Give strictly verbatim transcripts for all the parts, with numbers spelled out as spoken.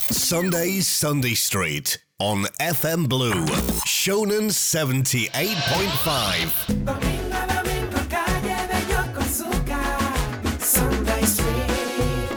Sunday Sunday Street on エフエム Blue Shonen seventy-eight point five. Domingo a domingo calle de Yokosuka Sunday Street.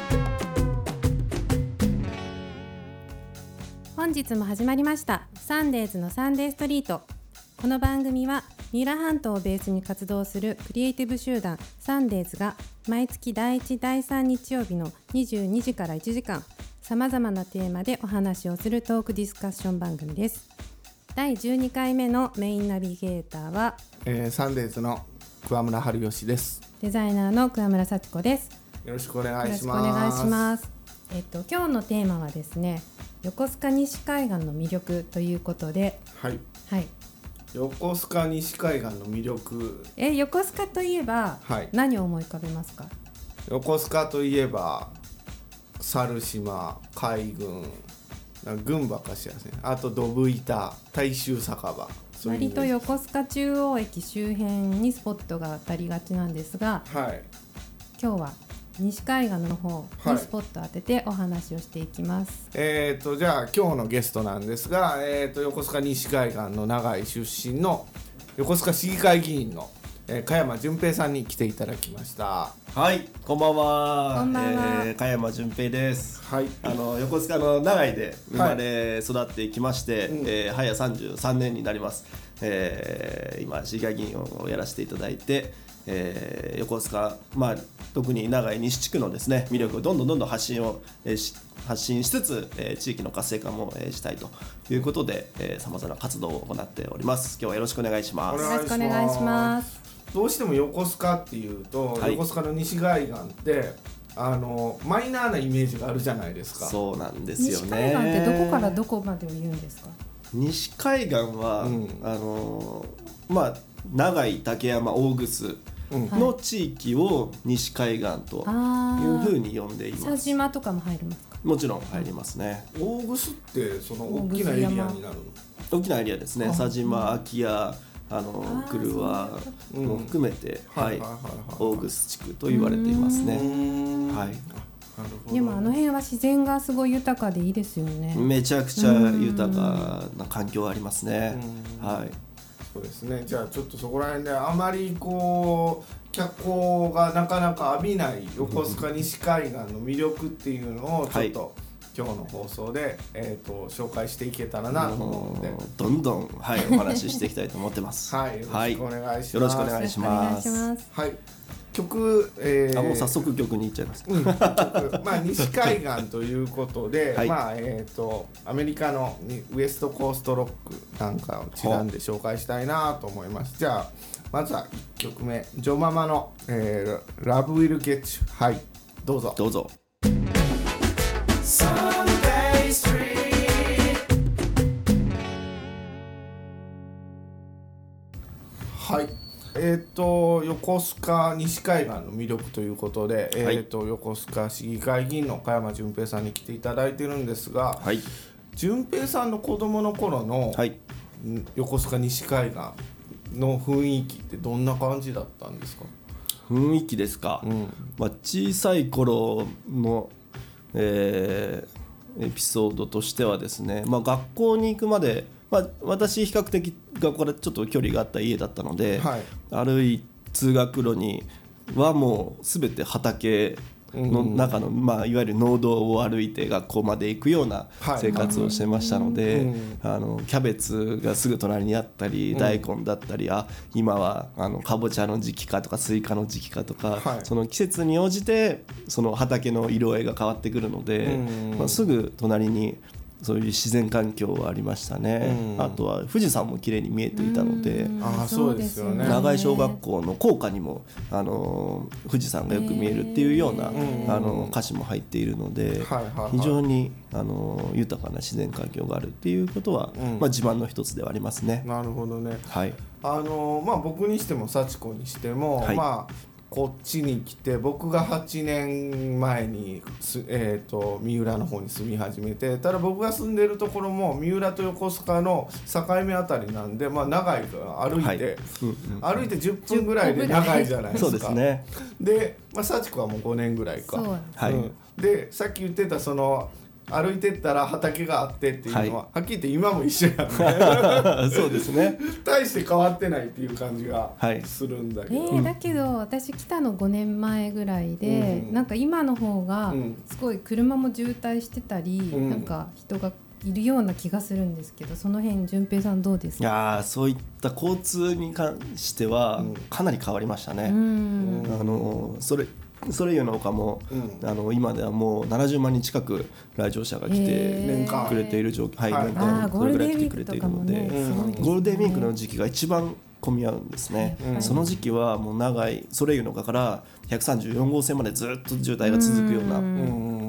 本日も始まりましたサンデーズのサンデーストリート。この番組は三浦半島をベースに活動するクリエイティブ集団サンデーズが毎月だいいちだいさん日曜日のにじゅうにじからいちじかんさまざまなテーマでお話をするトークディスカッション番組です。だいじゅうにかいめのメインナビゲーターは、 えー、サンデーズの桑村春吉です。 デザイナーの桑村幸子です。 よろしくお願いします。 よろしくお願いします。えっと今日のテーマはですね、横須賀西海岸の魅力ということで、 はい、 はい、 横須賀西海岸の魅力。 え横須賀といえば、 はい、 何を思い浮かべますか？ 横須賀といえば猿島、海軍、群馬かしらですね。あとドブ板、大衆酒場。 割と横須賀中央駅周辺にスポットが当たりがちなんですが、 はい、 今日は西海岸の方にスポットを当ててお話をしていきます。 はい、えーとじゃあ今日のゲストなんですが、えーと横須賀西海岸の長井出身の横須賀市議会議員のえー、加山純平さんに来ていただきました。 はい、こんばんは。 こんばんは。 えー、加山純平です。 はい。 あの横須賀の長井で生まれ育ってきまして、はい、えー、早さんじゅうさんねんになります。えー、今市議会議員をやらせていただいて、えー、横須賀、まあ特に長井西地区のですね魅力をどんどんどんどん発信を、えー、し発信しつつ、えー、地域の活性化も、えー、したいということで、えー、様々な活動を行っております。今日はよろしくお願いします。 よろしくお願いします。 どうしても横須賀っていうと、はい、横須賀の西海岸ってあのマイナーなイメージがあるじゃないですか。 そうなんですよね。 西海岸ってどこからどこまでを言うんですか？ 西海岸は、うん、あのまあ長井、竹山、大楠の地域を西海岸というふうに呼んでいます。 佐島とかも入りますか？もちろん入りますね。 大楠ってその大きなエリアになるの？ 大きなエリアですね。佐島、空き家、あの来羽も含めて、うん、はい、大楠地区と言われていますね。はい。 でもあの辺は自然がすごい豊かでいいですよね。 めちゃくちゃ豊かな環境ありますね。はい。 そうですね。じゃあちょっとそこら辺であまりこう脚光がなかなか浴びない横須賀西海岸の魅力っていうのをちょっと、はい、今日の放送で、えー、と紹介していけたらなと思うので、 どんどん、はい、お話ししていきたいと思ってます。 はい、よろしくお願いします。 よろしくお願いします。 はい、曲、えー、 あもう早速曲に行っちゃいます。 うん、曲まあ西海岸ということで、はい、まあえっ、ー、とアメリカのウエストコーストロックなんかをちなんで紹介したいなと思います。じゃあまずはいっきょくめ、ジョママの、えー、Love Will Get You。はい、どうぞ。 どうぞ。 Sunday Street。 はい。えー、と横須賀西海岸の魅力ということで、はい、えー、と横須賀市議会議員の加山純平さんに来ていただいているんですが、はい、純平さんの子供の頃の、はい、横須賀西海岸の雰囲気ってどんな感じだったんですか？ 雰囲気ですか、うんまあ、小さい頃の、えー、エピソードとしてはですね、まあ、学校に行くまで、まあ、私比較的学校でちょっと距離があった家だったので、はい、歩い通学路にはもう全て畑の中の、うんまあ、いわゆる農道を歩いて学校まで行くような生活をしてましたので、はいはい、あのキャベツがすぐ隣にあったり、うん、大根だったり、あ今はあのかぼちゃの時期かとかスイカの時期かとか、はい、その季節に応じてその畑の色合いが変わってくるので、うんまあ、すぐ隣にそういう自然環境はありましたね、うん、あとは富士山も綺麗に見えていたので、 あそうですよね、 長井小学校の校歌にもあの富士山がよく見えるっていうような、あの歌詞も入っているので、はいはいはい、非常にあの豊かな自然環境があるっていうことは、うんまあ、自慢の一つではありますね。 なるほどね、 はいあのまあ、僕にしても幸子にしても、はいまあこっちに来て僕がはちねんまえに、えー、と三浦の方に住み始めて、ただ僕が住んでるところも三浦と横須賀の境目あたりなんで、まあ、長いから歩いて、はいうんうん、歩いてじゅっぷんぐらいで長いじゃないですか。 そうですね。 で、まあ、幸子はもうごねんぐらいか、 はい、 うん、でさっき言ってたその歩いてったら畑があってっていうのは、はい、はっきり言って今も一緒やねそうですね大して変わってないっていう感じがするんだけど、 はいえー、だけど私来たのごねんまえぐらいで、うん、なんか今の方がすごい車も渋滞してたり、うん、なんか人がいるような気がするんですけど、その辺順平さんどうですか？ いやそういった交通に関してはかなり変わりましたね、うん、あのそれソレイユの丘も、うん、あの今ではもうななじゅうまんにん近く来場者が来てくれている状況、はい、年間それぐらい来てくれているので、ゴールデンウィークの時期が一番混み合うんですね、うん、その時期はもう長いソレイユの丘からひゃくさんじゅうよん号線までずっと渋滞が続くような、うん、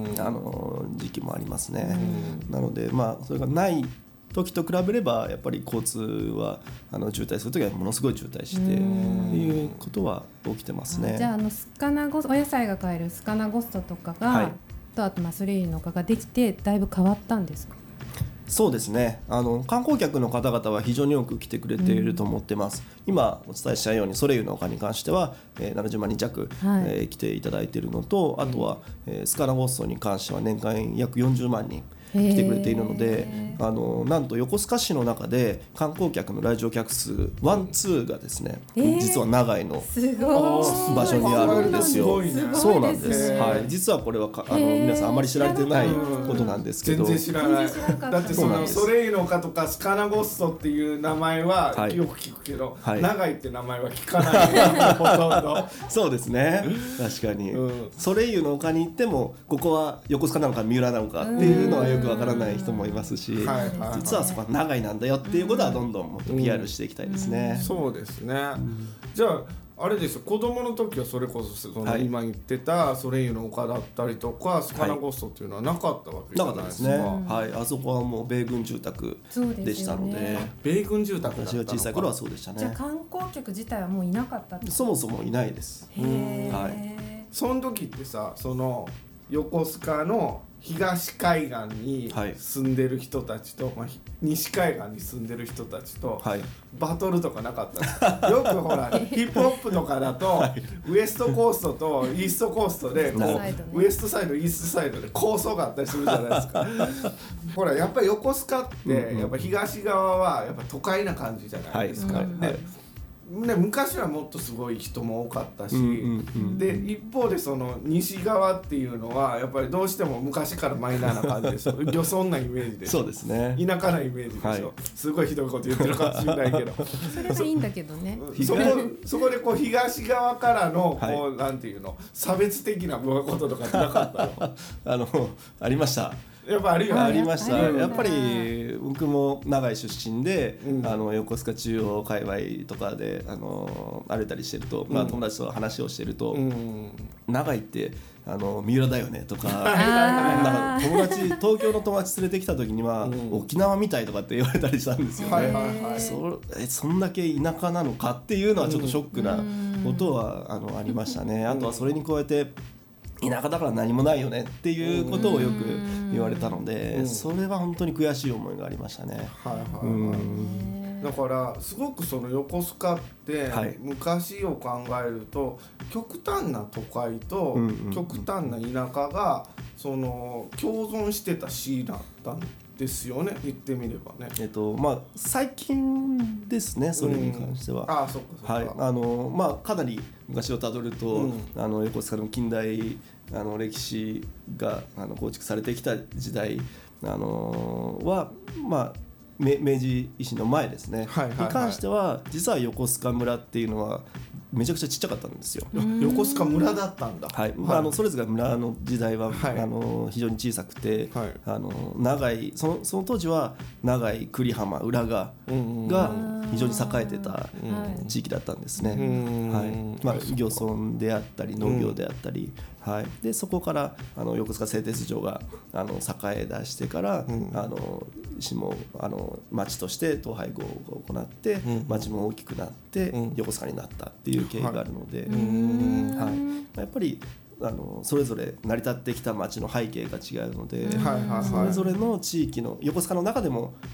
あの時期もありますね、うん、なのでまあそれがない時と比べればやっぱり交通はあの渋滞する時はものすごい渋滞してっていうことは起きてますね。 じゃあ、あのスカナゴお野菜が買えるスカナゴストとかが、はい、とあとまあソレイユの丘ができてだいぶ変わったんですか？ そうですね、あの観光客の方々は非常に多く来てくれていると思ってます、うん、今お伝えしたようにソレイユの丘に関しては、えー、ななじゅうまんにん弱、はいえー、来ていただいているのと、あとは、うんえー、スカナゴストに関しては年間約よんじゅうまんにん来てくれているので、あのなんと横須賀市の中で観光客の来場客数ワンツーがですね、実は長井の場所にあるんですよ。そうなんです、はい、実はこれはあの皆さんあまり知られてないことなんですけど、 全然知らない。だってそのソレイユの丘とかスカナゴストっていう名前はよく聞くけど、はい、長井って名前は聞かないほとんどそうですね、確かに、うん、ソレイユの丘に行ってもここは横須賀なのか三浦なのかっていうのはよくわからない人もいますし、はいはいはい、実はそこは長井なんだよっていうことはどんどんもっと ピーアール していきたいですね、 うんうん、そうですね、うん、じゃああれですよ、子供の時はそれこそ、その今言ってたソレイユの丘だったりとかスカナゴストっていうのはなかったわけじゃないですか。 なかったですね、はい、あそこはもう米軍住宅でしたの で, で、ね、 米軍住宅だったのか。 私が小さい頃はそうでしたね。 じゃあ観光客自体はもういなかったって？ そもそもいないです。 へー、 はい、 その時ってさ、その横須賀の東海岸に住んでる人たちと、はいまあ、西海岸に住んでる人たちと、はい、バトルとかなかったんですか？よくほらヒップホップとかだと、はい、ウエストコーストとイーストコーストでこう、ね、ウエストサイドイーストサイドで構想があったりするじゃないですかほらやっぱり横須賀って、うんうん、やっぱ東側はやっぱ都会な感じじゃないですか、はいはいはいね、昔はもっとすごい人も多かったし、うんうんうん、で一方でその西側っていうのはやっぱりどうしても昔からマイナーな感じですよ漁村なイメージでしょ。 そうですね、 田舎なイメージでしょ、はい、すごいひどいこと言ってるかもしれないけどそれはいいんだけどねそこ、そこでこう東側からのこう、はい、なんていうの差別的なこととかなかったのあのありました。 やっぱあるよね。 ありました。やっぱり僕も長井出身で、うん、あの横須賀中央界隈とかであの歩いたりしてると、うんまあ、友達と話をしてると、うん、長井ってあの三浦だよねとか、なんか友達東京の友達連れてきた時には、うん、沖縄みたいとかって言われたりしたんですよね、はいはいはい、そ, えそんだけ田舎なのかっていうのはちょっとショックなことは、うん、あのありましたね。あとはそれに加えて田舎だから何もないよねっていうことをよく言われたので、うん、それは本当に悔しい思いがありましたね、はいはいはい、うんだからすごくその横須賀って昔を考えると極端な都会と極端な田舎がその共存してた市だったんですよね、言ってみればね。 えっとまあ最近ですね、それに関しては、うん、 ああそっかそっか、 はい、あのまあかなり昔をたどると、うん、あの横須賀の近代あの歴史があの構築されてきた時代あのはまあ明治維新の前ですね、はいはいはい、に関しては実は横須賀村っていうのはめちゃくちゃちっちゃかったんですよ。 横須賀村だったんだ、 はいまあ、あのそれぞれ村の時代は、はい、あの非常に小さくて、はい、あの長い その、その当時は長井久里浜浦賀が非常に栄えてた地域だったんですね、はいまあ、漁村であったり農業であったり、はい、でそこからあの横須賀製鉄所があの栄え出してから、うん、あの市もあの町として統廃合を行って、うん、町も大きくなって、うん、横須賀になったっていう経緯があるので、はいはい、やっぱりあのそれぞれ成り立ってきた町の背景が違うので、はいはいはい、それぞれの地域の横須賀の中でも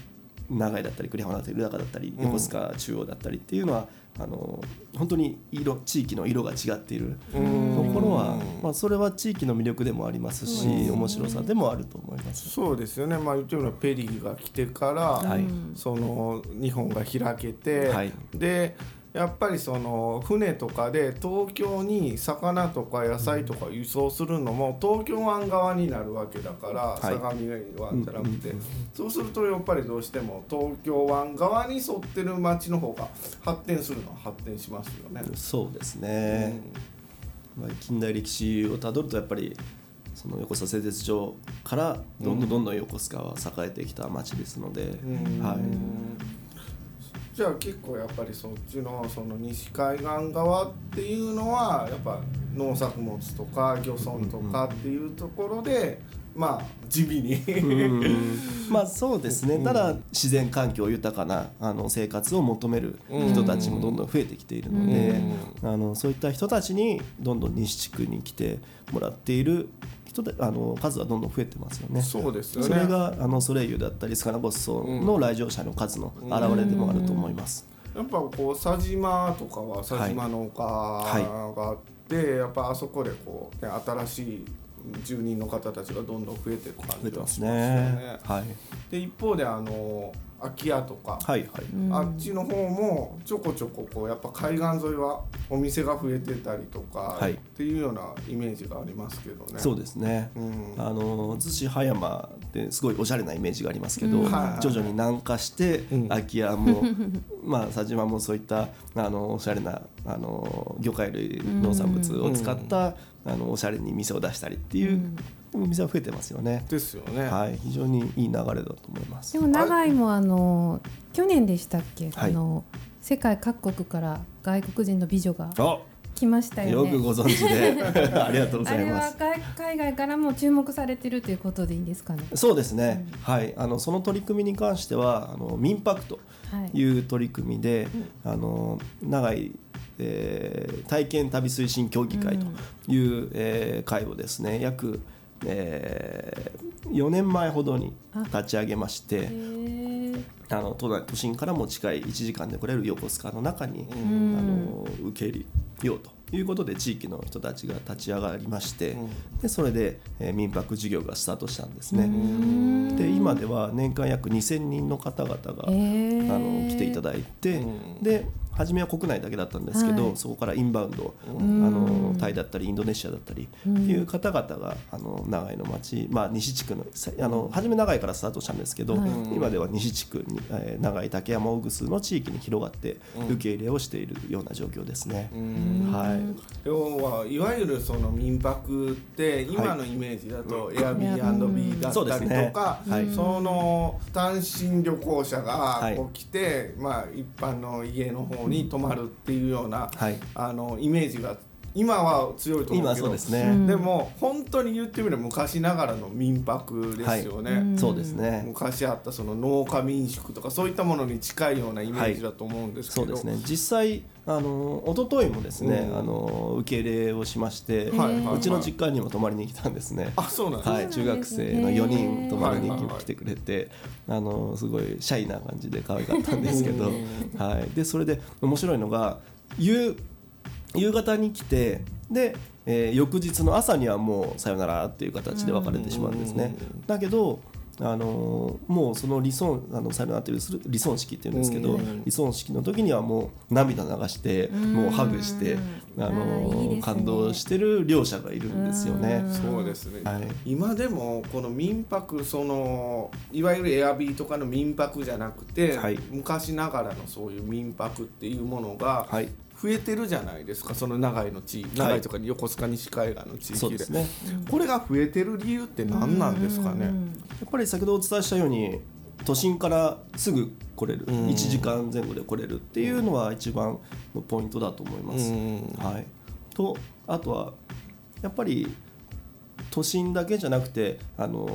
長井だったり栗浜だったり宇高だったり横須賀中央だったりっていうのは、あの本当に色地域の色が違っているところは、まあ、それは地域の魅力でもありますし、面白さでもあると思います。 そうですよね、まあ、言ってみればペリーが来てから、はい、その日本が開けて、はい、でやっぱりその船とかで東京に魚とか野菜とか輸送するのも東京湾側になるわけだから、はい、相模湾じゃなくて、そうするとやっぱりどうしても東京湾側に沿ってる町の方が発展するのは発展しますよね。 そうですね、うん、まあ、近代歴史をたどるとやっぱりその横須賀製鉄所からどんどんどんどん横須賀は栄えてきた町ですので、うん、はい、 じゃあ結構やっぱりそっちのその西海岸側っていうのはやっぱ農作物とか漁村とかっていうところで、まあ地味にまあそうですね、ただ自然環境豊かなあの生活を求める人たちもどんどん増えてきているので、あのそういった人たちにどんどん西地区に来てもらっている人であの数はどんどん増えてますよね。 そうですよね。 それがあのソレイユだったりスカナボッソの来場者の数の表れでもあると思います。 やっぱこう佐島とかは佐島の丘があって、はいはい、やっぱあそこでこう、ね、新しい住人の方たちがどんどん増えてる感じがしますよね。はい、で一方であの空き家とか、はいはい、あっちの方もちょこちょここうやっぱ海岸沿いはお店が増えてたりとか、はい、っていうようなイメージがありますけどね。 そうですね、うん、あの逗子葉山ってすごいおしゃれなイメージがありますけど、うん、徐々に南下して、うん、空き家もまあ佐島もそういったあのおしゃれなあの魚介類農産物を使った、うん、あのおしゃれに店を出したりっていう、うんお店は増えてますよね。 ですよね。 はい、非常にいい流れだと思います。 でも長井もあの去年でしたっけ、はい、あの世界各国から外国人の美女が来ましたよね。 よくご存知でありがとうございます。 あれは海外からも注目されているということでいいですかね。 そうですね、うん、はい、あのその取り組みに関してはあの民泊という取り組みで、はい、あの長井えー、体験旅推進協議会という、うんえー、会をですね約えー、よねんまえほどに立ち上げまして、あの 都, 内都心からも近いいちじかんで来れる横須賀の中に、うん、あの受け入れようということで地域の人たちが立ち上がりまして、うん、でそれで、えー、民泊事業がスタートしたんですね。で今では年間約にせんにんの方々が、えー、あの来ていただいて、うん、で初めは国内だけだったんですけど、はい、そこからインバウンド、うん、あのタイだったりインドネシアだったりという方々があの長井の町、まあ、西地区のあの初め長井からスタートしたんですけど、はい、今では西地区に、えー、長井竹山大楠の地域に広がって受け入れをしているような状況ですね。うんはい、 要はいわゆるその民泊って今のイメージだと Airbnb だったりとか、はい、その単身旅行者がこう来て、はいまあ、一般の家の方に泊まるっていうような、はい、あのイメージが今は強いと思うけど、 今そうですね、 でも本当に言ってみれば昔ながらの民泊ですよね、はい、 そうですね。 昔あったその農家民宿とかそういったものに近いようなイメージだと思うんですけど、 はい、そうですね。実際あの一昨日もですね、うん、あの受け入れをしまして、はいはいはい、うちの実家にも泊まりに来たんですね。 あ、そうなんですね。 はい、中学生のよにん泊まりに来てくれて、あのすごいシャイな感じで可愛かったんですけど、はい、でそれで面白いのが夕夕方に来てで、えー、翌日の朝にはもうさよならっていう形で別れてしまうんですね。だけどあのー、もうその離村あのさよならという離村式っていうんですけど、離村式の時にはもう涙流してもうハグしてあのーいいですね、感動してる両者がいるんですよね。 そうですね、はい、今でもこの民泊そのいわゆるエアビーとかの民泊じゃなくて、はい、昔ながらのそういう民泊っていうものが、はい増えてるじゃないですか。その長井の地域、長井とか横須賀西海岸の地域 で, そうです、ね、これが増えてる理由って何なんですかね。やっぱり先ほどお伝えしたように都心からすぐ来れる、いちじかんぜん後で来れるっていうのは一番のポイントだと思います。はい、とあとはやっぱり都心だけじゃなくてあの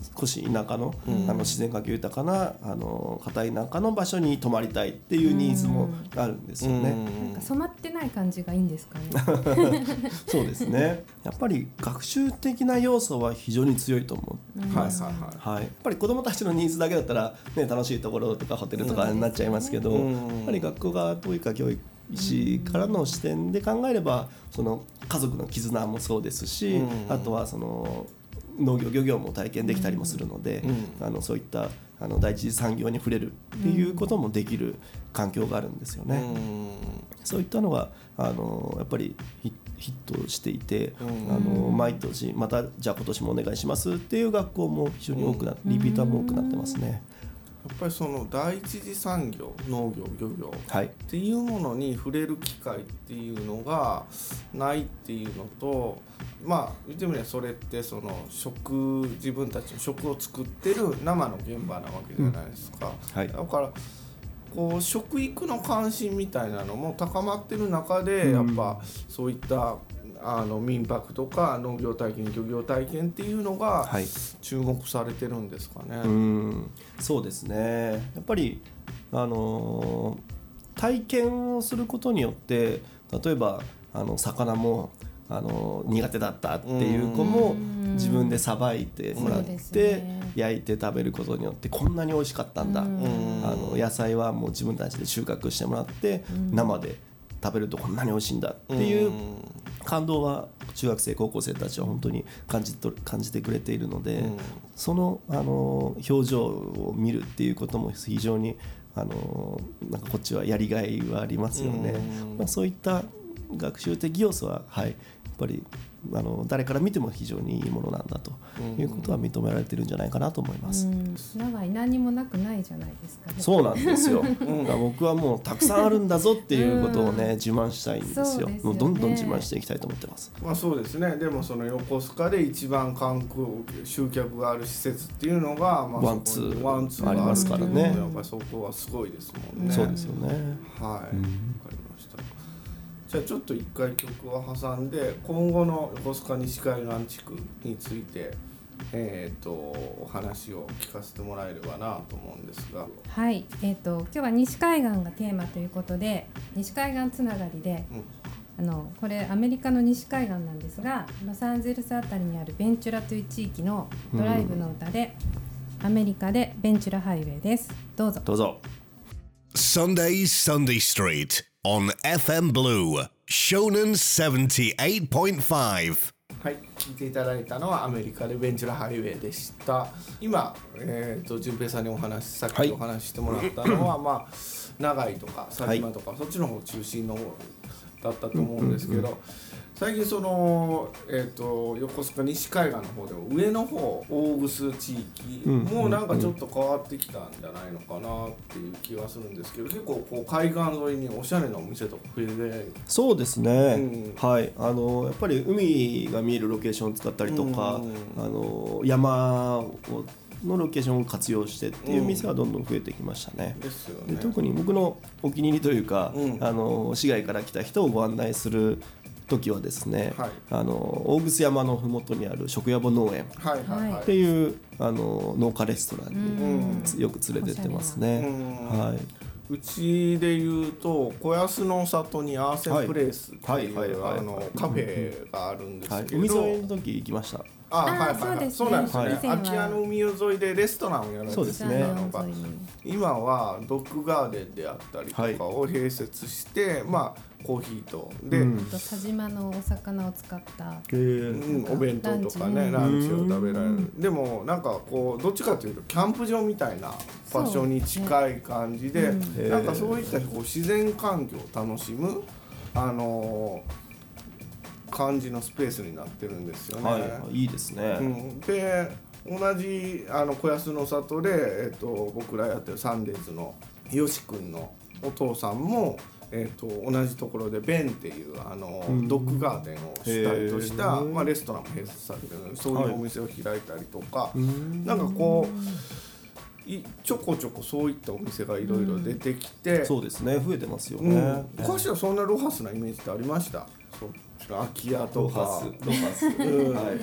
少し田舎の、うん、あの自然環境豊かなあの片田舎の場所に泊まりたいっていうニーズもあるんですよね。 なんか染まってない感じがいいんですかね。 そうですね。やっぱり学習的な要素は非常に強いと思う。 はいはいはい。 はい、やっぱり子どもたちのニーズだけだったら、ね、楽しいところとかホテルとかになっちゃいますけど、やっぱり学校がどういうか教育士からの視点で考えれば、その家族の絆もそうですし、あとはその農業漁業も体験できたりもするので、あのそういったあの第一次産業に触れるっていうこともできる環境があるんですよね。そういったのがあのやっぱりヒットしていて、あの毎年またじゃあ今年もお願いしますっていう学校も非常に多くなってリピーターも多くなってますね。 やっぱりその第一次産業農業漁業っていうものに触れる機会っていうのがないっていうのと、まあ言ってみればそれってその食自分たちの食を作ってる生の現場なわけじゃないですか、うんはい、だからこう食育の関心みたいなのも高まってる中で、やっぱそういったあの民泊とか農業体験漁業体験っていうのが注目されてるんですかね。 はい、うんそうですね。やっぱり、あのー、体験をすることによって例えばあの魚もあの苦手だったっていう子も自分でさばいてもらって焼いて食べることによってこんなに美味しかったんだ、あの野菜はもう自分たちで収穫してもらって生で食べるとこんなに美味しいんだっていう感動は中学生高校生たちは本当に感じと感じてくれているので、その、あの表情を見るっていうことも非常にあのなんかこっちはやりがいはありますよね。まあ、そういった学習的要素は、はい、やっぱりあの誰から見ても非常にいいものなんだということは認められてるんじゃないかなと思います。 長い何もなくないじゃないですかね。 そうなんですよ、うん、僕はもうたくさんあるんだぞっていうことをね、自慢したいんですよ。 そうですよね。 もうどんどん自慢していきたいと思ってます。 まあそうですね。でもその横須賀で一番観光集客がある施設っていうのが、まあ、 ワンツーワンツーありますからね。 やっぱりそこはすごいですもんね。 そうですよね。 はい、わ、うん、かりました。じゃあちょっと一回曲を挟んで今後の横須賀西海岸地区について、えー、とお話を聞かせてもらえればなと思うんですが、 はい、えー、と今日は西海岸がテーマということで西海岸つながりで、うん、あのこれアメリカの西海岸なんですがロサンゼルスあたりにあるベンチュラという地域のドライブの歌で、うん、アメリカでベンチュラハイウェイです。どうぞどうぞ。 Sundays Sunday Street on エフエム Blue Shonen セブンティーエイトポイントファイブ。 はい、聞いていただいたのはアメリカでベンチュラハイウェイでした。今、えー、と順平さんにお話さっきお話ししてもらったのは、はい、まあ長井とか佐島とか、はい、そっちの方中心のだったと思うんですけど、うんうんうん、最近その、えー、と横須賀西海岸の方でも上の方大楠地域もなんかちょっと変わってきたんじゃないのかなっていう気はするんですけど、結構こう海岸沿いにおしゃれなお店とか増えて。 そうですね、うん、はい、あのやっぱり海が見えるロケーションを使ったりとか、うん、あの山をのロケーションを活用してっていう店はどんどん増えてきましたね。 うん、ですよね。 で特に僕のお気に入りというか、うん、あの市外から来た人をご案内する時はですね、はい、あの大楠山のふもとにある食野暮農園っていう、はいはい、あの農家レストランによく連れてってますね。はい、 うちでいうと小安の里にアーセンプレイスっていうカフェがあるんですけど、 はい、海沿いの時行きました。 ああ、はいはいはい、そうなんですね。空き家の海沿いでレストランをやられてるのが、今はドッグガーデンであったりとかを併設して、はい、まあコーヒーとで、うん、 佐島のお魚を使った、 うん、お弁当とかねランチを食べられる、うん、でもなんかこうどっちかというとキャンプ場みたいな場所に近い感じで、ね、なんかそういったこう自然環境を楽しむあのー感じのスペースになってるんですよね。 はい、いいですね。 うん、で同じあの小安の里で、えっと、僕らやってるサンデーズのよし君のお父さんも、えっと、同じところでベンっていうあの、うん、ドッグガーデンを主体とした、まあ、レストランも併設されてるのでそういうお店を開いたりとか、はい、なんかこういちょこちょこそういったお店がいろいろ出てきて、 うん、そうですね、増えてますよね。 うん、昔はそんなロハスなイメージってありました？そう空き家ロとハかスロハス、はい、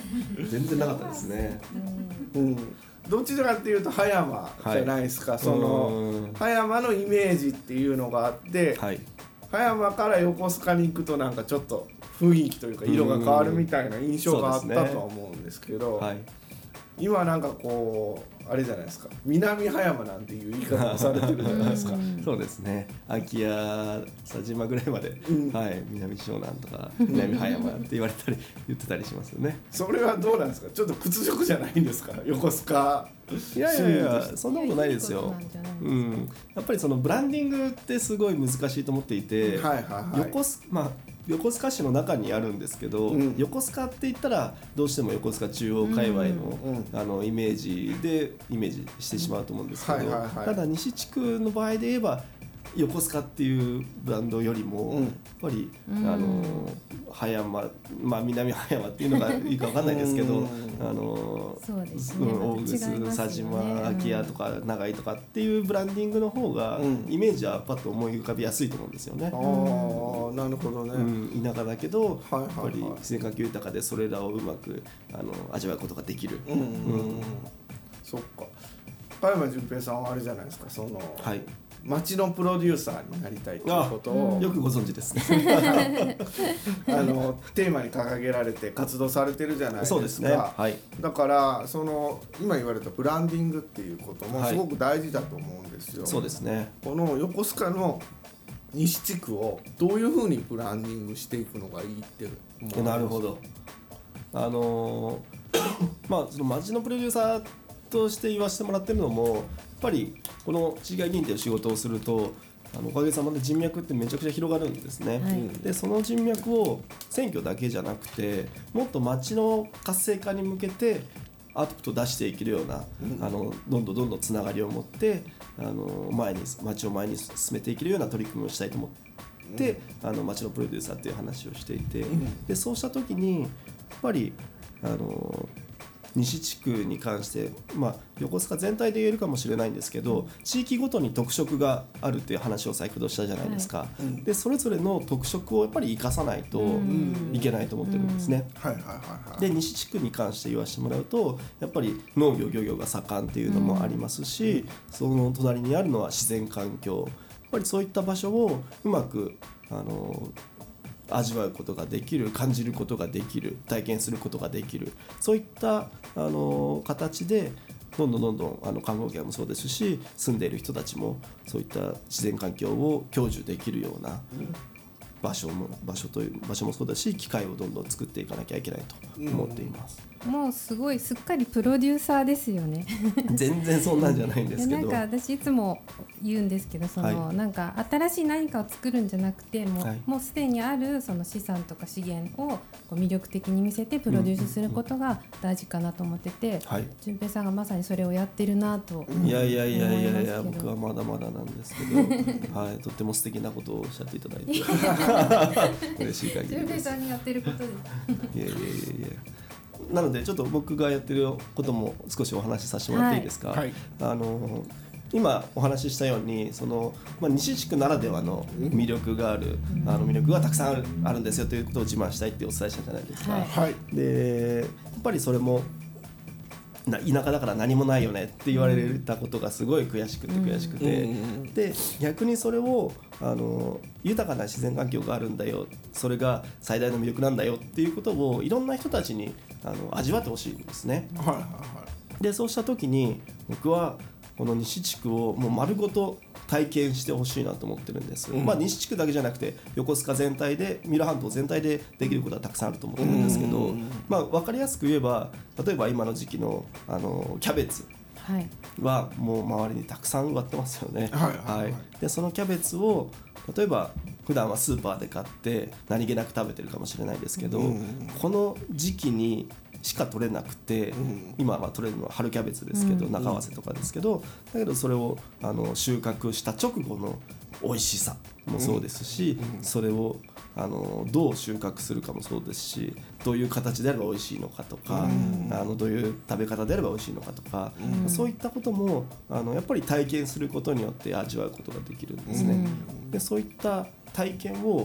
全然なかったですね。 うんどちらかっていうと葉山じゃないですか、 はいそのうん葉山のイメージっていうのがあって、 はい葉山から横須賀に行くとなんかちょっと雰囲気というか色が変わるみたいな印象があったとは思うんですけど、 はい今なんかこうあれじゃないですか、南葉山なんていう言い方をされてるじゃないですか。 そうですね、空き家佐島ぐらいまで、 うんはい、南湘南とか南葉山って言われたり言ってたりしますよね。 それはどうなんですか、ちょっと屈辱じゃないんですか、横須賀いやいやいやそんなことないですよいやいいことなんじゃないですか。 うん、やっぱりそのブランディングってすごい難しいと思っていて、 はいはいはい横須まあ横須賀市の中にあるんですけど、 うん横須賀って言ったらどうしても横須賀中央界隈の,、 うんあのイメージでイメージしてしまうと思うんですけど、 はいはいはいただ西地区の場合で言えば横須賀っていうブランドよりも、 うんやっぱり、 うんあの葉山、まあ、南葉山っていうのがいいか分かんないですけど、 うんあのそうですねうん大また違いますよね楠、佐島、空き家とか長井とかっていうブランディングの方が、 うんイメージはパッと思い浮かびやすいと思うんですよね。 ああなるほどね、 うん、田舎だけど、 はいはいはいやっぱり自然環境豊かでそれらをうまくあの味わうことができる、 うんうんうんそっか、加山純平さんはあれじゃないですか、その、 はい、 街のプロデューサーになりたいということをよくご存知ですね。 あのテーマに掲げられて活動されてるじゃないですか。 そうですね、はい、 だからその今言われたブランディングっていうこともはいすごく大事だと思うんですよ。 そうですね。 この横須賀の西地区をどういうふうにブランディングしていくのがいいって思うんですか。 なるほど。あのーまあその街のプロデューサーとして言わせてもらってるのも、やっぱりこの市議会議員という仕事をすると、あのおかげさまで人脈ってめちゃくちゃ広がるんですね。 はいでその人脈を選挙だけじゃなくて、もっと街の活性化に向けてアウトプットを出していけるような、あのどんどんどんどんつながりを持ってあの前に街を前に進めていけるような取り組みをしたいと思って、あの街のプロデューサーっていう話をしていて、でそうした時にやっぱりあの西地区に関して、まあ、横須賀全体で言えるかもしれないんですけど、地域ごとに特色があるっていう話を先ほどしたじゃないですか、でそれぞれの特色をやっぱり生かさないといけないと思ってるんですね。 はいはいはいはい。 で西地区に関して言わせてもらうと、やっぱり農業漁業が盛んっていうのもありますし、その隣にあるのは自然環境、やっぱりそういった場所をうまくあの味わうことができる、感じることができる、体験することができる、そういったあの形でどんどんどんどんあの観光客もそうですし、住んでいる人たちもそういった自然環境を享受できるような場所も場所という場所もそうだし、機会をどんどん作っていかなきゃいけないと思っています。 もうすごいすっかりプロデューサーですよね。 全然そんなんじゃないんですけど、 いやなんか私いつも言うんですけど、その、 はいなんか新しい何かを作るんじゃなくて、もう、 はいもうすでにあるその資産とか資源をこう魅力的に見せてプロデュースすることが大事かなと思ってて、 はい、 純平さんがまさにそれをやってるなと思いますけど。 いやいやいやいやいや、僕はまだまだなんですけど、はい、とっても素敵なことをおっしゃっていただいて嬉しい限り純平です。 さんにやってることです。 いやいやいやいや。なのでちょっと僕がやってることも少しお話しさせてもらっていいですか。 はいはいあの今お話ししたように、その、まあ、西地区ならではの魅力がある、あの魅力がたくさんある、あるんですよということを自慢したいってお伝えしたじゃないですか。 はいはい。 でやっぱりそれもな田舎だから何もないよねって言われたことがすごい悔しくて悔しくて、 うんで逆にそれをあの豊かな自然環境があるんだよ、それが最大の魅力なんだよっていうことをいろんな人たちにあの味わってほしいんですね。 はいはいはい。 でそうした時に僕はこの西地区をもう丸ごと体験してほしいなと思ってるんです、 うんまあ、西地区だけじゃなくて横須賀全体で、三浦半島全体でできることはたくさんあると思ってるんですけど、 うんまあ、分かりやすく言えば、例えば今の時期のあのキャベツはい。 はもう周りにたくさん植わってますよね。 はいはいはいでそのキャベツを例えば普段はスーパーで買って何気なく食べてるかもしれないですけど、 うんこの時期にしか取れなくて、 ん今は取れるのは春キャベツですけど、 うん中合わせとかですけど、だけどそれをあの収穫した直後の美味しさもそうですし、それをあのどう収穫するかもそうですし、どういう形であれば美味しいのかとか、あのどういう食べ方であれば美味しいのかとか、そういったこともあのやっぱり体験することによって味わうことができるんですね。でそういった体験を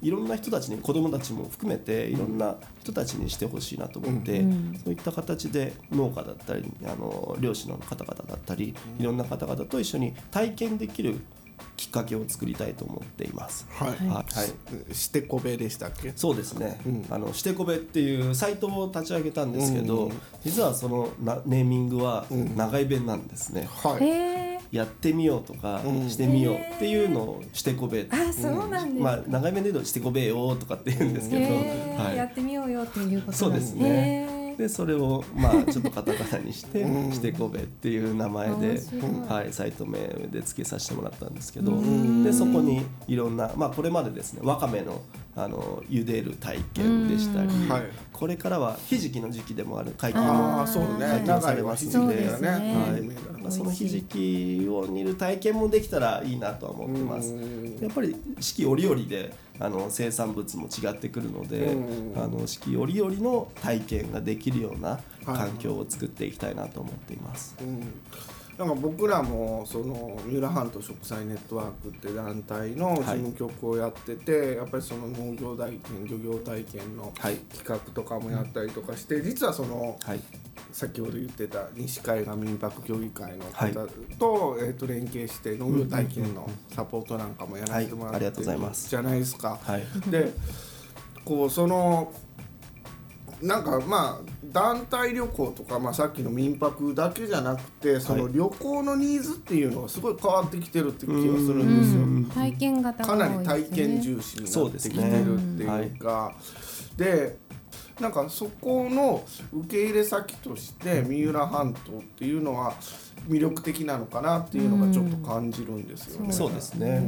いろんな人たちに子どもたちも含めていろんな人たちにしてほしいなと思って、うん、そういった形で農家だったりあの漁師の方々だったりいろんな方々と一緒に体験できるきっかけを作りたいと思っています。 はい。はい。してこべでしたっけ？ そうですね。うん、あのしてこべっていうサイトを立ち上げたんですけど、うん、実はそのなネーミングは長い弁なんですね。 うん、はい。 やってみようとか、うん、してみようっていうのをしてこべ。 あ、そうなんです。 まあ長い弁で言うとしてこべよとかって言うんですけど、 はい、やってみようよっていうことなんですね。 そうですね。でそれをまあちょっとカタカナにして「してこべ」っていう名前で、はい、サイト名で付けさせてもらったんですけど、でそこにいろんな、まあ、これまでですねわかめのあの茹でる体験でしたり、これからはひじきの時期でもある解禁も解禁されますので、そのひじきを煮る体験もできたらいいなとは思ってます。やっぱり四季折々であの生産物も違ってくるので、あの四季折々の体験ができるような環境を作っていきたいなと思っています。 うん、なんか僕らもその三浦半島食材ネットワークって団体の事務局をやってて、はい、やっぱりその農業体験漁業体験の企画とかもやったりとかして、実はその、はい、先ほど言ってた西海岸民泊協議会の方と、はい、えー、と連携して農業体験のサポートなんかもやらせてもらってるじゃないですか。 はい、 でこうそのなんかまあ団体旅行とか、まあ、さっきの民泊だけじゃなくてその旅行のニーズっていうのがすごい変わってきてるって気がするんですよ。 体験型が多いですね。 かなり体験重視になってきてるっていうか、でなんかそこの受け入れ先として三浦半島っていうのは魅力的なのかなっていうのがちょっと感じるんですよね。 そうですね、うん、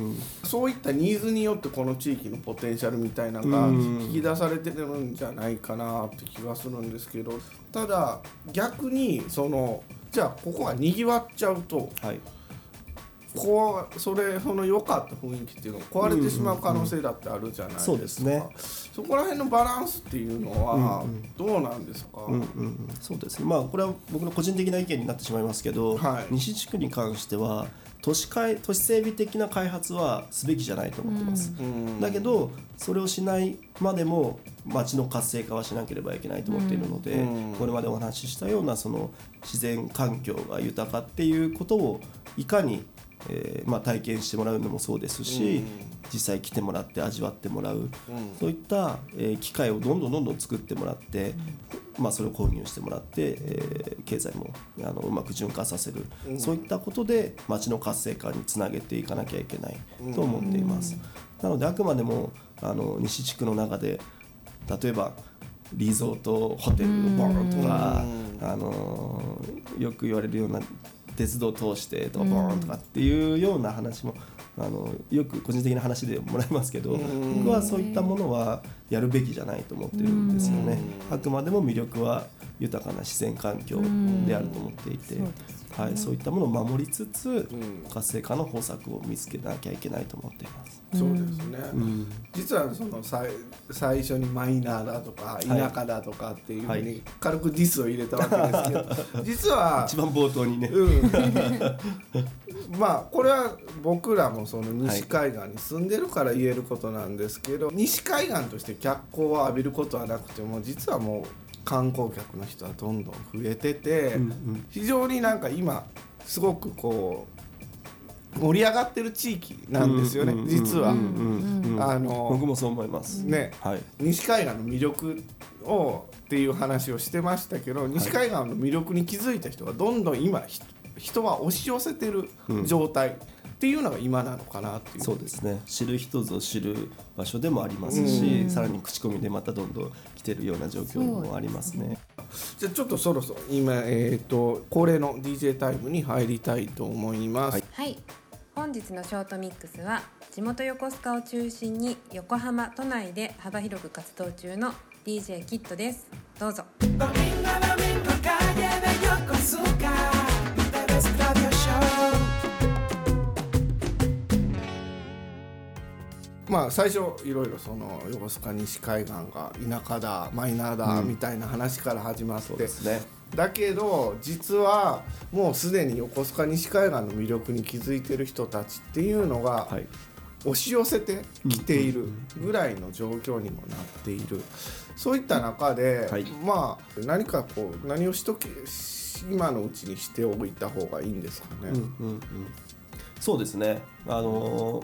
そういったニーズによってこの地域のポテンシャルみたいなのが引き出されてるんじゃないかなって気がするんですけど、ただ逆にそのじゃあここがにぎわっちゃうと、はい、こうそれその良かった雰囲気っていうのが壊れてしまう可能性だってあるじゃないですか。 そうですね。 そこら辺のバランスっていうのはどうなんですか？ うんうん、そうですね。まあこれは僕の個人的な意見になってしまいますけど、はい、西地区に関しては都市開都市整備的な開発はすべきじゃないと思ってます。うん、だけどそれをしないまでも町の活性化はしなければいけないと思っているので、うん、これまでお話ししたようなその自然環境が豊かっていうことをいかにえーまあ、体験してもらうのもそうですし、うん、実際来てもらって味わってもらう、うん、そういった、えー、機会をどんどんどんどん作ってもらって、うん、まあ、それを購入してもらって、えー、経済もあのうまく循環させる、うん、そういったことで町の活性化につなげていかなきゃいけないと思っています。うん、なのであくまでもあの西地区の中で例えばリゾートホテルのボーンとか、うん、あのー、よく言われるような鉄道を通してドボーンとかっていうような話もあのよく個人的な話でもらいますけど、僕はそういったものはやるべきじゃないと思ってるんですよね。あくまでも魅力は豊かな自然環境であると思っていて、はい、そういったものを守りつつ活性化の方策を見つけなきゃいけないと思っています。 そうですね、うん、実はそのさ最初にマイナーだとか田舎だとかっていうふうに軽くディスを入れたわけですけど、はい、実は一番冒頭にね、 うん、まあこれは僕らもその西海岸に住んでるから言えることなんですけど、はい、西海岸として脚光を浴びることはなくても実はもう観光客の人はどんどん増えてて、うんうん、非常になんか今すごくこう盛り上がってる地域なんですよね、うんうん、実は、うんうんうん、あの僕もそう思いますね、はい、西海岸の魅力をっていう話をしてましたけど、はい、西海岸の魅力に気づいた人がどんどん今人は押し寄せてる状態、うんっていうのが今なのかなっていう。 そうですね。知る人ぞ知る場所でもありますし、さらに口コミでまたどんどん来てるような状況もありますね。 じゃあちょっとそろそろ今、えー、と恒例の ディージェー タイムに入りたいと思います。はい、 はい、本日のショートミックスは地元横須賀を中心に横浜都内で幅広く活動中の ディージェー キッドです。どうぞ。 まあ、最初いろいろその横須賀西海岸が田舎だマイナーだみたいな話から始まって、うん、そうですね、だけど実はもうすでに横須賀西海岸の魅力に気づいてる人たちっていうのが押し寄せてきているぐらいの状況にもなっている、そういった中で、はい、まあ何かこう何をしとき今のうちにしておいた方がいいんですかね。 うんうんうん、そうですね、あのー、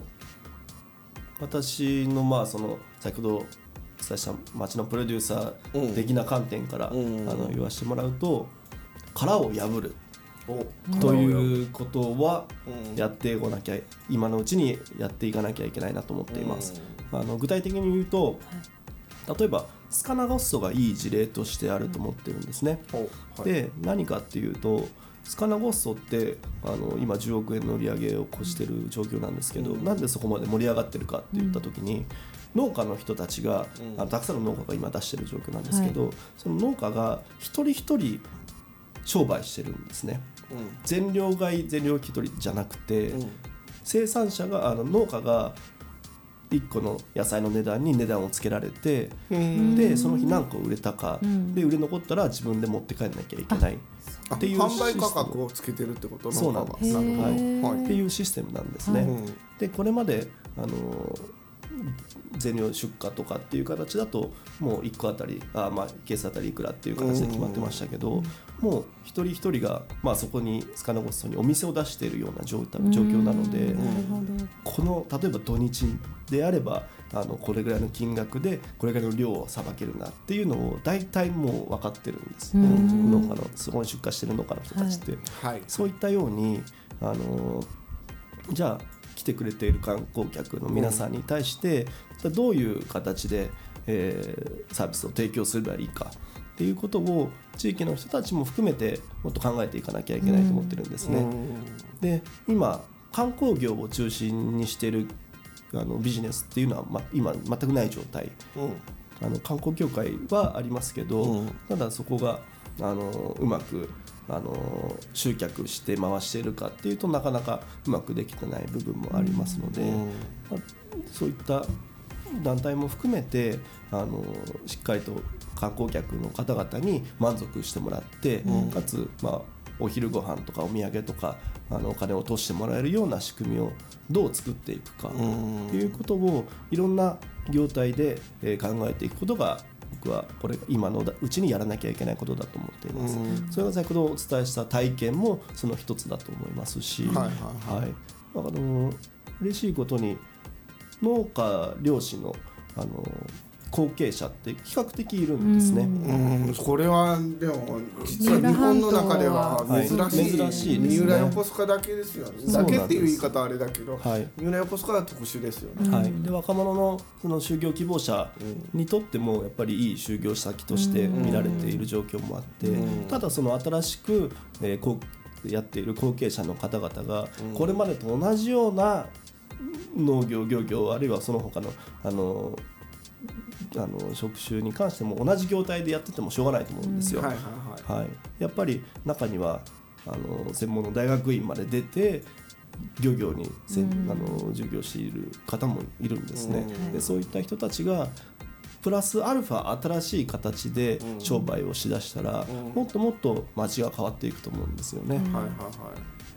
私のまあその先ほどお伝えした町のプロデューサー的な観点から、うん、あの言わせてもらうと、殻を破るということはやっていかなきゃ、今のうちにやっていかなきゃいけないなと思っています。あの具体的に言うと、例えばスカナゴッソがいい事例としてあると思ってるんですね。はい、で何かっていうと、スカナゴッソってあの今じゅうおくえんの売り上げを越してる状況なんですけど、うん、なんでそこまで盛り上がってるかって言った時に、うん、農家の人たちが、うん、あのたくさんの農家が今出してる状況なんですけど、はい、その農家が一人一人商売してるんですね。うん、全量買い全量引き取りじゃなくて、うん、生産者があの農家がいっこの野菜の値段に値段をつけられて、でその日何個売れたか、うん、で売れ残ったら自分で持って帰らなきゃいけないっていう販売価格をつけてるってこと。 そうなんです、はいはい、っていうシステムなんですね。はい、でこれまであの全量出荷とかっていう形だともういっこあたりあ、まあ、ケースあたりいくらっていう形で決まってましたけど、もう一人一人が、まあ、そこにスカナゴッソにお店を出しているような状況なので、この例えば土日であればあのこれぐらいの金額でこれぐらいの量をさばけるなっていうのを大体もう分かってるんですね。農家のそこに出荷してる農家の人たちって、はい、そういったようにあのじゃあ来てくれている観光客の皆さんに対してどういう形で、えー、サービスを提供すればいいかっていうことを地域の人たちも含めてもっと考えていかなきゃいけないと思ってるんですね。で今観光業を中心にしているあのビジネスっていうのは、ま、今全くない状態、うん、あの観光協会はありますけど、うん、ただそこがあのうまくあの集客して回しているかっていうとなかなかうまくできてない部分もありますので、うん、そういった団体も含めてあのしっかりと観光客の方々に満足してもらって、うん、かつ、まあ、お昼ご飯とかお土産とかあのお金を落としてもらえるような仕組みをどう作っていくかということをいろんな業態で考えていくことが僕はこれ今のうちにやらなきゃいけないことだと思っています。それが先ほどお伝えした体験もその一つだと思いますし、はいはいはい、あの嬉しいことに農家漁師のあの後継者って比較的いるんですね。 うん、これはでも実は日本の中では珍しい、はい、珍しいですね。三浦横須賀だけですよね。だけっていう言い方はあれだけど、はい、三浦横須賀は特殊ですよね。 はい、で若者のその就業希望者にとってもやっぱりいい就業先として見られている状況もあって、ただその新しく、えー、こうやっている後継者の方々がこれまでと同じような農業漁業あるいはその他のあのあの職種に関しても同じ業態でやっててもしょうがないと思うんですよ。はいはいはいはい、やっぱり中にはあの専門の大学院まで出て漁業にせ、うん、あの授業している方もいるんですね。でそういった人たちがプラスアルファ新しい形で商売をしだしたら、うん、もっともっと街が変わっていくと思うんですよね。うんはいはいはい、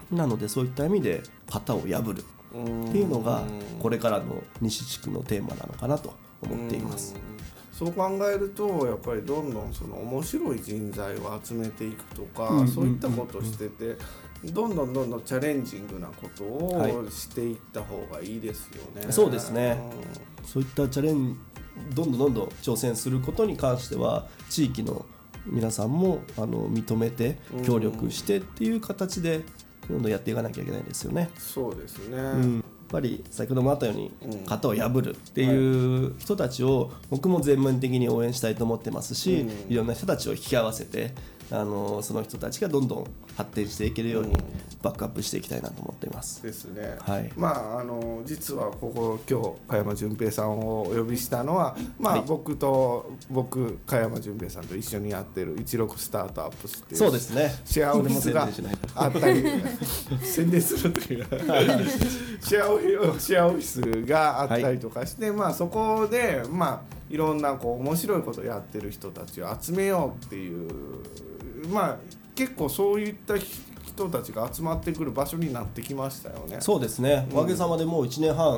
なのでそういった意味で型を破るっていうのがこれからの西地区のテーマなのかなと思っています。 そう考えるとやっぱりどんどんその面白い人材を集めていくとか、うん、そういったことをしてて、うん、どんどんどんどんチャレンジングなことをしていった方がいいですよね。 はい、そうですね、うん、そういったチャレンジどんどんどんどん挑戦することに関しては地域の皆さんもあの認めて協力してっていう形でどんどんやっていかなきゃいけないですよね。 そうですね、 うんやっぱり先ほどもあったように型を破るっていう人たちを僕も全面的に応援したいと思ってますし、いろんな人たちを引き合わせてあのその人たちがどんどん発展していけるようにバックアップしていきたいなと思っています。 ですね。はい、まああの実はここ今日加山純平さんをお呼びしたのは、まあ、はい、僕と僕加山純平さんと一緒にやってるじゅうろくスタートアップスっていうそうですねシェアオフィスがあったり宣伝するというシェアオフィスシェアオフィスがあったりとかして、はい、まあそこでまあいろんなこう面白いことをやってる人たちを集めようっていうまあ結構そういった人たちが集まってくる場所になってきましたよね。 そうですね、うん、おかげさまでもういちねんはん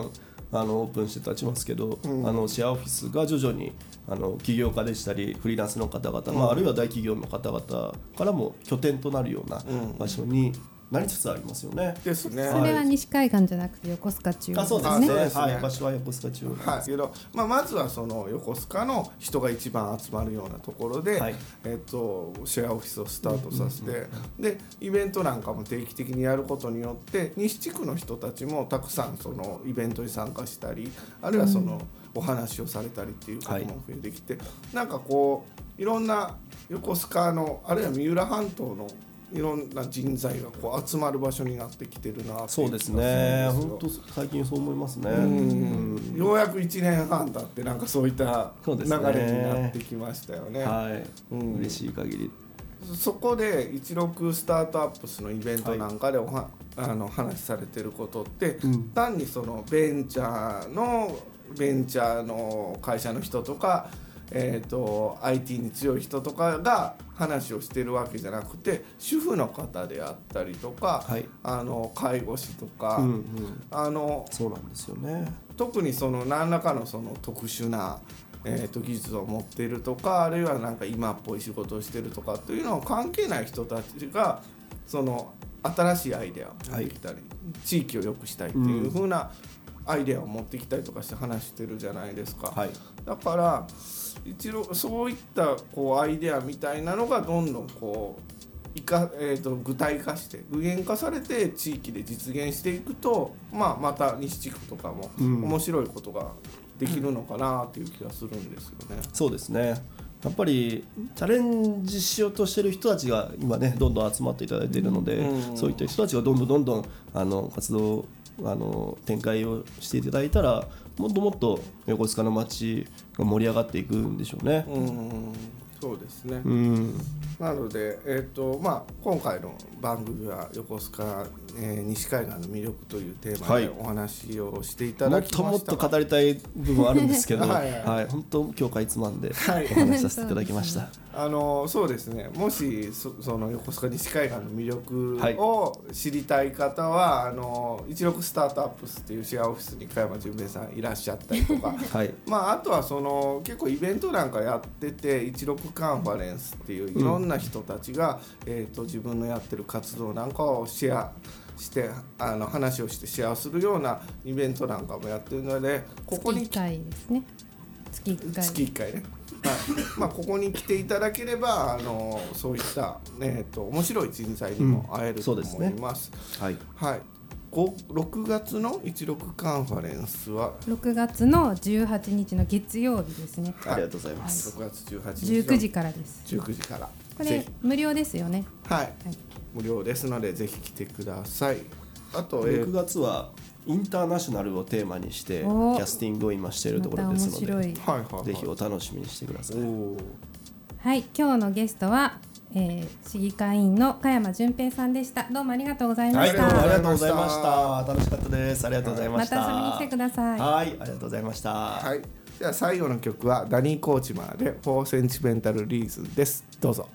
あのオープンして立ちますけど、うん、あのシェアオフィスが徐々にあの起業家でしたりフリーランスの方々、うんまあ、あるいは大企業の方々からも拠点となるような場所になりつつありますよね。 ですね。 それは西海岸じゃなくて横須賀中央ですね。 あ、そうですね。そうですね。はい、場所は横須賀中央です。 はい。けど、まあまずはその横須賀の人が一番集まるようなところで、はい、えっとシェアオフィスをスタートさせて、でイベントなんかも定期的にやることによって西地区の人たちもたくさんそのイベントに参加したり、あるいはそのお話をされたりっていうことも増えてきて、はい、なんかこういろんな横須賀のあるいは三浦半島のいろんな人材がこう集まる場所になってきてるなって。 そうですね。本当最近そう思いますね。 うんうん、ようやくいちねんはん経ってなんかそういった流れになってきましたよね。 はい、うん、嬉しい限り。 そこでいちろくスタートアップスのイベントなんかでおは、はい、あの話されてることって、うん、単にそのベンチャーのベンチャーの会社の人とかえーと、アイティー に強い人とかが話をしてるわけじゃなくて主婦の方であったりとか、はい、あの介護士とか、うんうん、あのそうなんですよね。 特にその何らかのその特殊な、えーと、技術を持っているとかあるいはなんか今っぽい仕事をしてるとかというのは関係ない人たちがその新しいアイデアを持ってきたり、はい、地域を良くしたいっていう風なアイデアを持ってきたりとかして話してるじゃないですか、はい、だから一応そういったこうアイデアみたいなのがどんどんこういか、えーと、具体化して具現化されて地域で実現していくと、まあ、また西地区とかも面白いことができるのかなっていう気がするんですよね、 うん、そうですね。やっぱりチャレンジしようとしてる人たちが今ねどんどん集まっていただいているので、うん、そういった人たちがどんどんどんどんあの活動あの展開をしていただいたらもっともっと横須賀の街が盛り上がっていくんでしょうね。 うん、そうですね。うん、なので、えーとまあ、今回の番組は横須賀、えー、西海岸の魅力というテーマでお話をしていただきました、 はい、もっともっと語りたい部分はあるんですけどはい、はいはい、本当今日かいつまんでお話しさせていただきました、はい、 あのそうですね。もし そ, その横須賀西海岸の魅力を知りたい方は、はい、あのいちろくスタートアップスっていうシェアオフィスに加山純平さんいらっしゃったりとか、はいまあ、あとはその結構イベントなんかやってていちろくカンファレンスっていういろんな人たちが、うんえー、と自分のやってる活動なんかをシェアしてあの話をしてシェアするようなイベントなんかもやってるのでここに月いっかいですね。月いっかい月いっかいねはいまあ、ここに来ていただければあのそういった、えー、と面白い人材にも会えると思います、うん、はいはい、ろくがつのいちろくカンファレンスはろくがつのじゅうはちにちの月曜日ですね。 ありがとうございます、 はい、ろくがつじゅうはちにちじゅうくじからです。 じゅうくじからこれ無料ですよね。 はい、はい、無料ですのでぜひ来てください。あとろくがつはインターナショナルをテーマにしてキャスティングを今しているところですので、ま、ぜひお楽しみにしてください。 はい、今日のゲストは、えー、市議会員の加山純平さんでした。どうもありがとうございました。 はい、どうもありがとうございました。楽しかったです。ありがとうございました。 また遊びに来てください。 はい、ありがとうございました。 はい、じゃあ最後の曲はダニー・コーチマーでフォーセンチメンタルリーズンです。どうぞ。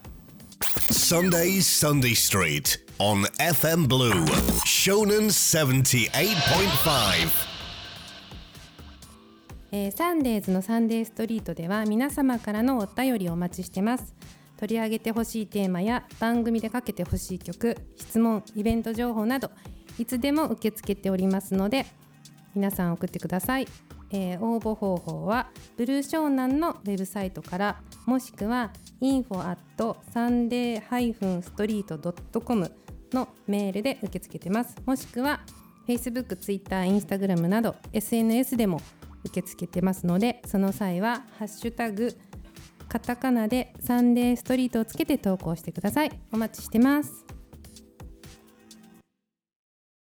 Sundays Sunday Street on エフエム Blue Shonen セブンティーエイトポイントファイブ。 えー、サンデーズのサンデーストリートでは皆様からのお便りをお待ちしてます。取り上げてほしいテーマや番組でかけてほしい曲、質問、イベント情報などいつでも受け付けておりますので皆さん送ってください。えー、応募方法はブルー湘南のウェブサイトからもしくは インフォ アット サンデー ストリート ドット コム のメールで受け付けてます。もしくは Facebook、Twitter、Instagram など エスエヌエス でも受け付けてますのでその際はハッシュタグカタカナでサンデーストリートをつけて投稿してください。お待ちしてます。